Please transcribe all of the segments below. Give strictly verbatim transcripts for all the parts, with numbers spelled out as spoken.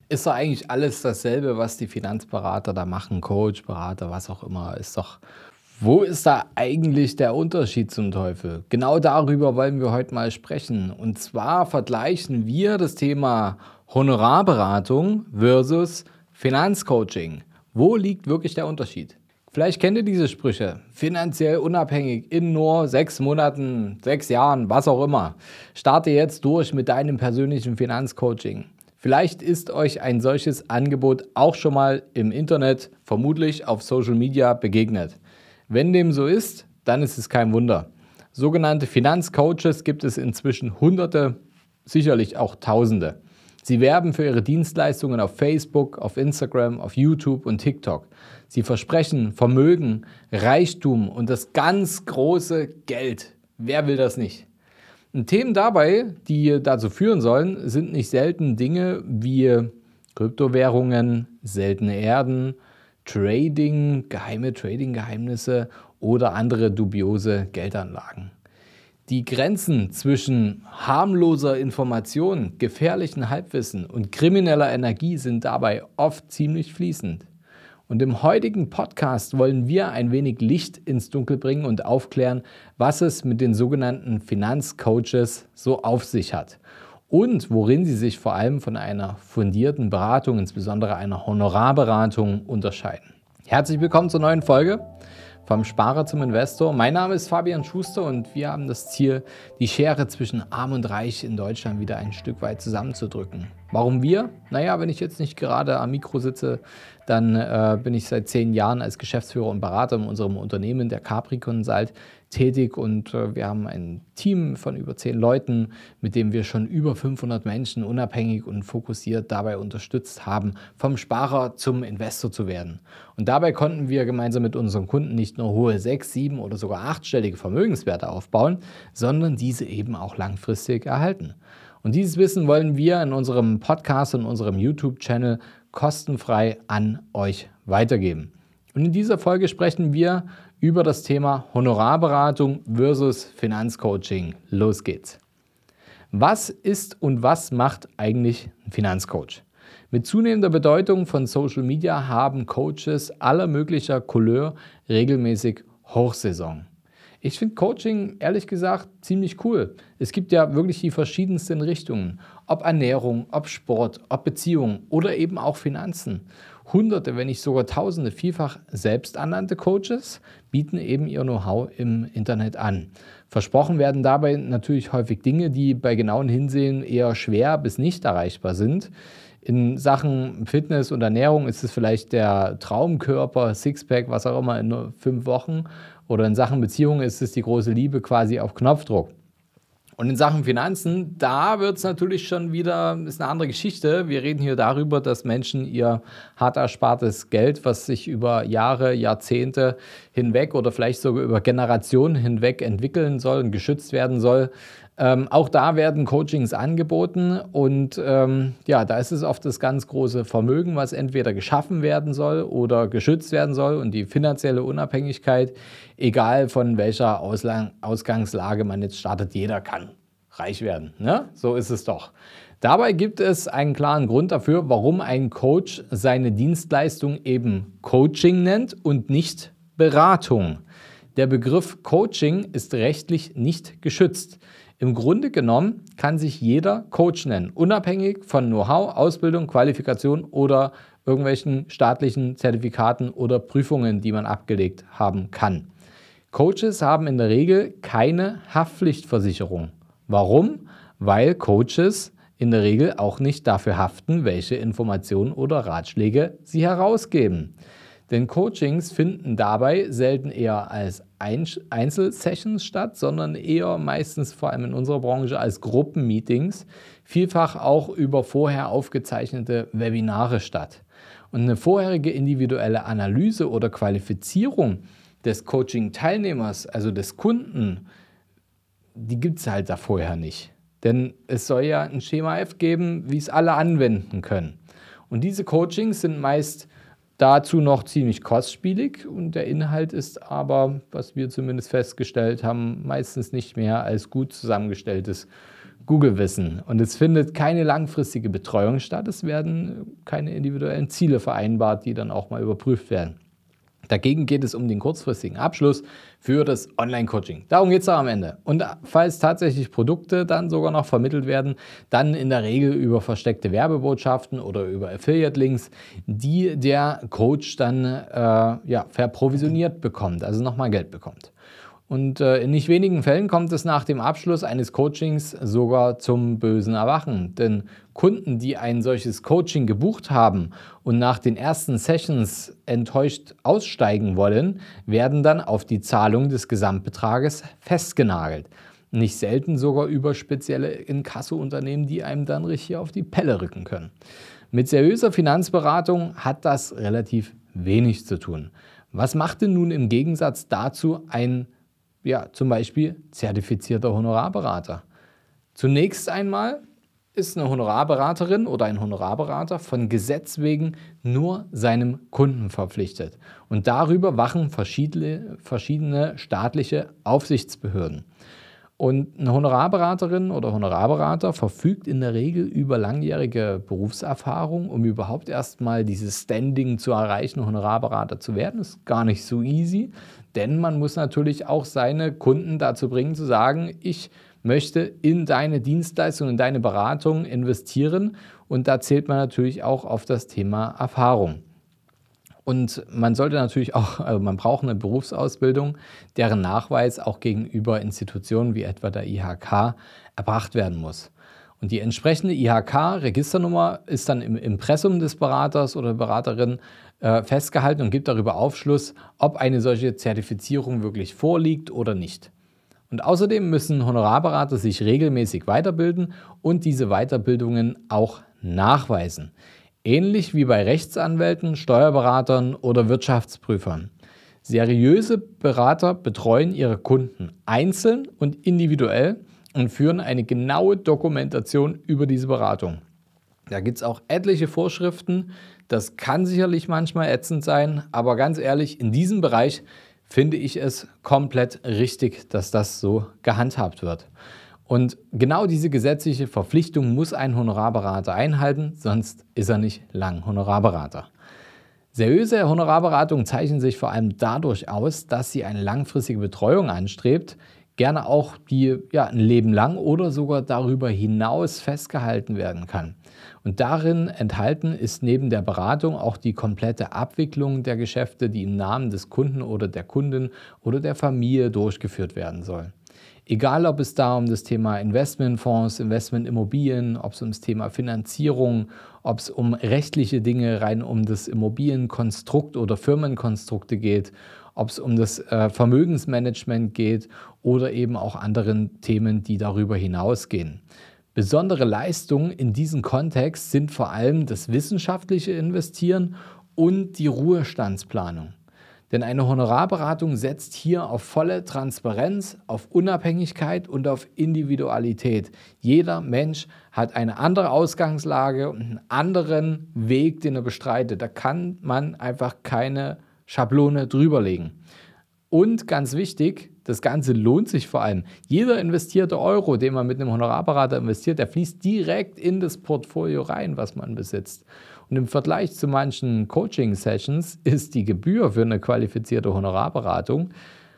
Ist doch eigentlich alles dasselbe, was die Finanzberater da machen, Coach, Berater, was auch immer. Ist doch, wo ist da eigentlich der Unterschied zum Teufel? Genau darüber wollen wir heute mal sprechen. Und zwar vergleichen wir das Thema Honorarberatung versus Finanzcoaching. Wo liegt wirklich der Unterschied? Vielleicht kennt ihr diese Sprüche. Finanziell unabhängig in nur sechs Monaten, sechs Jahren, was auch immer. Starte jetzt durch mit deinem persönlichen Finanzcoaching. Vielleicht ist euch ein solches Angebot auch schon mal im Internet, vermutlich auf Social Media, begegnet. Wenn dem so ist, dann ist es kein Wunder. Sogenannte Finanzcoaches gibt es inzwischen Hunderte, sicherlich auch Tausende. Sie werben für ihre Dienstleistungen auf Facebook, auf Instagram, auf YouTube und TikTok. Sie versprechen Vermögen, Reichtum und das ganz große Geld. Wer will das nicht? Und Themen dabei, die dazu führen sollen, sind nicht selten Dinge wie Kryptowährungen, seltene Erden, Trading, geheime Trading-Geheimnisse oder andere dubiose Geldanlagen. Die Grenzen zwischen harmloser Information, gefährlichen Halbwissen und krimineller Energie sind dabei oft ziemlich fließend. Und im heutigen Podcast wollen wir ein wenig Licht ins Dunkel bringen und aufklären, was es mit den sogenannten Finanzcoaches so auf sich hat und worin sie sich vor allem von einer fundierten Beratung, insbesondere einer Honorarberatung, unterscheiden. Herzlich willkommen zur neuen Folge vom Sparer zum Investor. Mein Name ist Fabian Schuster und wir haben das Ziel, die Schere zwischen Arm und Reich in Deutschland wieder ein Stück weit zusammenzudrücken. Warum wir? Naja, wenn ich jetzt nicht gerade am Mikro sitze, dann äh, bin ich seit zehn Jahren als Geschäftsführer und Berater in unserem Unternehmen, der Capri Consult, tätig und äh, wir haben ein Team von über zehn Leuten, mit dem wir schon über fünfhundert Menschen unabhängig und fokussiert dabei unterstützt haben, vom Sparer zum Investor zu werden. Und dabei konnten wir gemeinsam mit unseren Kunden nicht nur hohe sechs-, sieben- oder sogar achtstellige Vermögenswerte aufbauen, sondern diese eben auch langfristig erhalten. Und dieses Wissen wollen wir in unserem Podcast und unserem YouTube-Channel kostenfrei an euch weitergeben. Und in dieser Folge sprechen wir über das Thema Honorarberatung versus Finanzcoaching. Los geht's. Was ist und was macht eigentlich ein Finanzcoach? Mit zunehmender Bedeutung von Social Media haben Coaches aller möglicher Couleur regelmäßig Hochsaison. Ich finde Coaching, ehrlich gesagt, ziemlich cool. Es gibt ja wirklich die verschiedensten Richtungen. Ob Ernährung, ob Sport, ob Beziehungen oder eben auch Finanzen. Hunderte, wenn nicht sogar Tausende vielfach selbsternannte Coaches bieten eben ihr Know-how im Internet an. Versprochen werden dabei natürlich häufig Dinge, die bei genauen Hinsehen eher schwer bis nicht erreichbar sind. In Sachen Fitness und Ernährung ist es vielleicht der Traumkörper, Sixpack, was auch immer, in nur fünf Wochen. Oder in Sachen Beziehung ist es die große Liebe quasi auf Knopfdruck. Und in Sachen Finanzen, da wird es natürlich schon wieder, ist eine andere Geschichte. Wir reden hier darüber, dass Menschen ihr hart erspartes Geld, was sich über Jahre, Jahrzehnte hinweg oder vielleicht sogar über Generationen hinweg entwickeln soll und geschützt werden soll, Ähm, auch da werden Coachings angeboten und ähm, ja, da ist es oft das ganz große Vermögen, was entweder geschaffen werden soll oder geschützt werden soll und die finanzielle Unabhängigkeit, egal von welcher Auslang- Ausgangslage man jetzt startet, jeder kann reich werden, ne? So ist es doch. Dabei gibt es einen klaren Grund dafür, warum ein Coach seine Dienstleistung eben Coaching nennt und nicht Beratung. Der Begriff Coaching ist rechtlich nicht geschützt. Im Grunde genommen kann sich jeder Coach nennen, unabhängig von Know-how, Ausbildung, Qualifikation oder irgendwelchen staatlichen Zertifikaten oder Prüfungen, die man abgelegt haben kann. Coaches haben in der Regel keine Haftpflichtversicherung. Warum? Weil Coaches in der Regel auch nicht dafür haften, welche Informationen oder Ratschläge sie herausgeben. Denn Coachings finden dabei selten eher als Einzelsessions statt, sondern eher meistens vor allem in unserer Branche als Gruppenmeetings, vielfach auch über vorher aufgezeichnete Webinare statt. Und eine vorherige individuelle Analyse oder Qualifizierung des Coaching-Teilnehmers, also des Kunden, die gibt es halt da vorher nicht. Denn es soll ja ein Schema F geben, wie es alle anwenden können. Und diese Coachings sind meist dazu noch ziemlich kostspielig und der Inhalt ist aber, was wir zumindest festgestellt haben, meistens nicht mehr als gut zusammengestelltes Google-Wissen und es findet keine langfristige Betreuung statt. Es werden keine individuellen Ziele vereinbart, die dann auch mal überprüft werden. Dagegen geht es um den kurzfristigen Abschluss für das Online-Coaching. Darum geht es am Ende. Und falls tatsächlich Produkte dann sogar noch vermittelt werden, dann in der Regel über versteckte Werbebotschaften oder über Affiliate-Links, die der Coach dann äh, ja, verprovisioniert bekommt, also nochmal Geld bekommt. Und äh, in nicht wenigen Fällen kommt es nach dem Abschluss eines Coachings sogar zum bösen Erwachen. Denn Kunden, die ein solches Coaching gebucht haben und nach den ersten Sessions enttäuscht aussteigen wollen, werden dann auf die Zahlung des Gesamtbetrages festgenagelt. Nicht selten sogar über spezielle Inkasso-Unternehmen, die einem dann richtig auf die Pelle rücken können. Mit seriöser Finanzberatung hat das relativ wenig zu tun. Was macht denn nun im Gegensatz dazu ein Ja, zum Beispiel zertifizierter Honorarberater? Zunächst einmal ist eine Honorarberaterin oder ein Honorarberater von Gesetz wegen nur seinem Kunden verpflichtet. Und darüber wachen verschiedene, verschiedene staatliche Aufsichtsbehörden. Und eine Honorarberaterin oder Honorarberater verfügt in der Regel über langjährige Berufserfahrung, um überhaupt erstmal dieses Standing zu erreichen, Honorarberater zu werden. Das ist gar nicht so easy, denn man muss natürlich auch seine Kunden dazu bringen, zu sagen, ich möchte in deine Dienstleistung, in deine Beratung investieren. Und da zählt man natürlich auch auf das Thema Erfahrung. Und man sollte natürlich auch, also man braucht eine Berufsausbildung, deren Nachweis auch gegenüber Institutionen wie etwa der I H K erbracht werden muss. Und die entsprechende I H K-Registernummer ist dann im Impressum des Beraters oder Beraterin äh, festgehalten und gibt darüber Aufschluss, ob eine solche Zertifizierung wirklich vorliegt oder nicht. Und außerdem müssen Honorarberater sich regelmäßig weiterbilden und diese Weiterbildungen auch nachweisen. Ähnlich wie bei Rechtsanwälten, Steuerberatern oder Wirtschaftsprüfern. Seriöse Berater betreuen ihre Kunden einzeln und individuell und führen eine genaue Dokumentation über diese Beratung. Da gibt es auch etliche Vorschriften. Das kann sicherlich manchmal ätzend sein, aber ganz ehrlich, in diesem Bereich finde ich es komplett richtig, dass das so gehandhabt wird. Und genau diese gesetzliche Verpflichtung muss ein Honorarberater einhalten, sonst ist er nicht lang Honorarberater. Seriöse Honorarberatung zeichnen sich vor allem dadurch aus, dass sie eine langfristige Betreuung anstrebt, gerne auch die ja, ein Leben lang oder sogar darüber hinaus festgehalten werden kann. Und darin enthalten ist neben der Beratung auch die komplette Abwicklung der Geschäfte, die im Namen des Kunden oder der Kundin oder der Familie durchgeführt werden soll. Egal, ob es da um das Thema Investmentfonds, Investmentimmobilien, ob es um das Thema Finanzierung, ob es um rechtliche Dinge rein um das Immobilienkonstrukt oder Firmenkonstrukte geht, ob es um das äh, Vermögensmanagement geht oder eben auch anderen Themen, die darüber hinausgehen. Besondere Leistungen in diesem Kontext sind vor allem das wissenschaftliche Investieren und die Ruhestandsplanung. Denn eine Honorarberatung setzt hier auf volle Transparenz, auf Unabhängigkeit und auf Individualität. Jeder Mensch hat eine andere Ausgangslage und einen anderen Weg, den er bestreitet. Da kann man einfach keine Schablone drüberlegen. Und ganz wichtig, das Ganze lohnt sich vor allem. Jeder investierte Euro, den man mit einem Honorarberater investiert, der fließt direkt in das Portfolio rein, was man besitzt. Und im Vergleich zu manchen Coaching-Sessions ist die Gebühr für eine qualifizierte Honorarberatung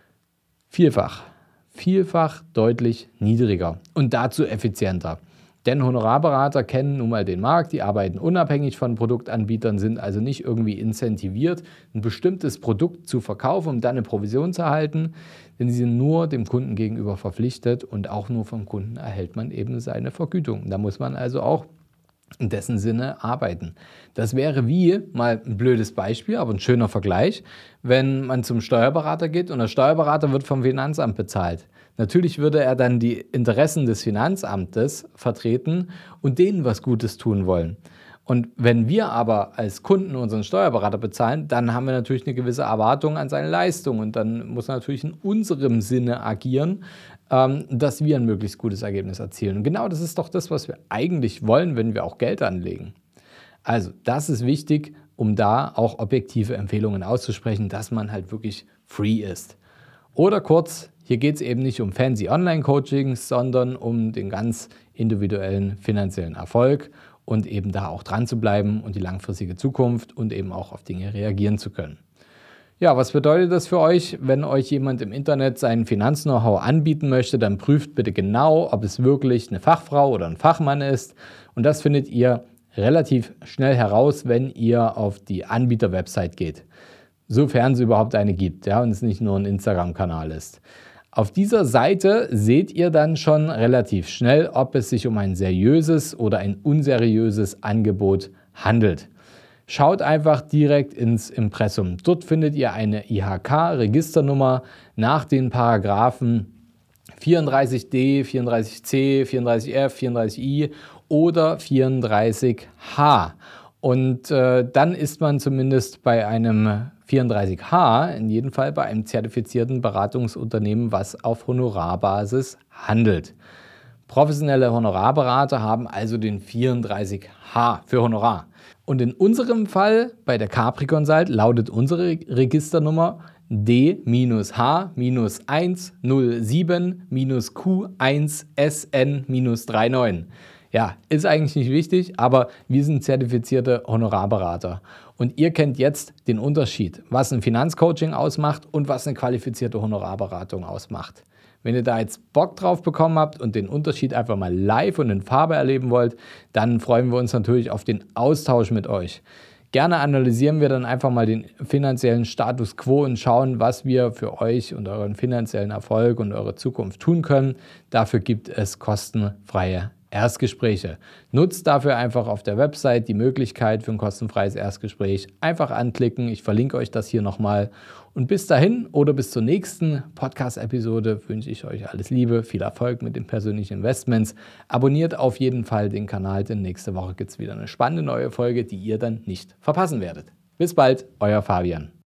vielfach, vielfach deutlich niedriger und dazu effizienter. Denn Honorarberater kennen nun mal den Markt, die arbeiten unabhängig von Produktanbietern, sind also nicht irgendwie incentiviert, ein bestimmtes Produkt zu verkaufen, um dann eine Provision zu erhalten, denn sie sind nur dem Kunden gegenüber verpflichtet und auch nur vom Kunden erhält man eben seine Vergütung. Da muss man also auch in dessen Sinne arbeiten. Das wäre wie, mal ein blödes Beispiel, aber ein schöner Vergleich, wenn man zum Steuerberater geht und der Steuerberater wird vom Finanzamt bezahlt. Natürlich würde er dann die Interessen des Finanzamtes vertreten und denen was Gutes tun wollen. Und wenn wir aber als Kunden unseren Steuerberater bezahlen, dann haben wir natürlich eine gewisse Erwartung an seine Leistung und dann muss er natürlich in unserem Sinne agieren, ähm, dass wir ein möglichst gutes Ergebnis erzielen. Und genau das ist doch das, was wir eigentlich wollen, wenn wir auch Geld anlegen. Also das ist wichtig, um da auch objektive Empfehlungen auszusprechen, dass man halt wirklich free ist. Oder kurz, Hier geht es eben nicht um fancy Online-Coachings, sondern um den ganz individuellen finanziellen Erfolg und eben da auch dran zu bleiben und die langfristige Zukunft und eben auch auf Dinge reagieren zu können. Ja, was bedeutet das für euch? Wenn euch jemand im Internet seinen Finanz-Know-how anbieten möchte, dann prüft bitte genau, ob es wirklich eine Fachfrau oder ein Fachmann ist. Und das findet ihr relativ schnell heraus, wenn ihr auf die Anbieter-Website geht. Sofern es überhaupt eine gibt, ja, und es nicht nur ein Instagram-Kanal ist. Auf dieser Seite seht ihr dann schon relativ schnell, ob es sich um ein seriöses oder ein unseriöses Angebot handelt. Schaut einfach direkt ins Impressum. Dort findet ihr eine I H K-Registernummer nach den Paragraphen vierunddreißig d, vierunddreißig c, vierunddreißig f, vierunddreißig i oder vierunddreißig h. Und äh, dann ist man zumindest bei einem vierunddreißig h, in jedem Fall bei einem zertifizierten Beratungsunternehmen, was auf Honorarbasis handelt. Professionelle Honorarberater haben also den vierunddreißig h für Honorar. Und in unserem Fall bei der Capri Consult lautet unsere Registernummer D H eins null sieben Q eins S N neununddreißig. Ja, ist eigentlich nicht wichtig, aber wir sind zertifizierte Honorarberater. Und ihr kennt jetzt den Unterschied, was ein Finanzcoaching ausmacht und was eine qualifizierte Honorarberatung ausmacht. Wenn ihr da jetzt Bock drauf bekommen habt und den Unterschied einfach mal live und in Farbe erleben wollt, dann freuen wir uns natürlich auf den Austausch mit euch. Gerne analysieren wir dann einfach mal den finanziellen Status quo und schauen, was wir für euch und euren finanziellen Erfolg und eure Zukunft tun können. Dafür gibt es kostenfreie Erstgespräche. Nutzt dafür einfach auf der Website die Möglichkeit für ein kostenfreies Erstgespräch. Einfach anklicken, ich verlinke euch das hier nochmal. Und bis dahin oder bis zur nächsten Podcast-Episode wünsche ich euch alles Liebe, viel Erfolg mit den persönlichen Investments. Abonniert auf jeden Fall den Kanal, denn nächste Woche gibt es wieder eine spannende neue Folge, die ihr dann nicht verpassen werdet. Bis bald, euer Fabian.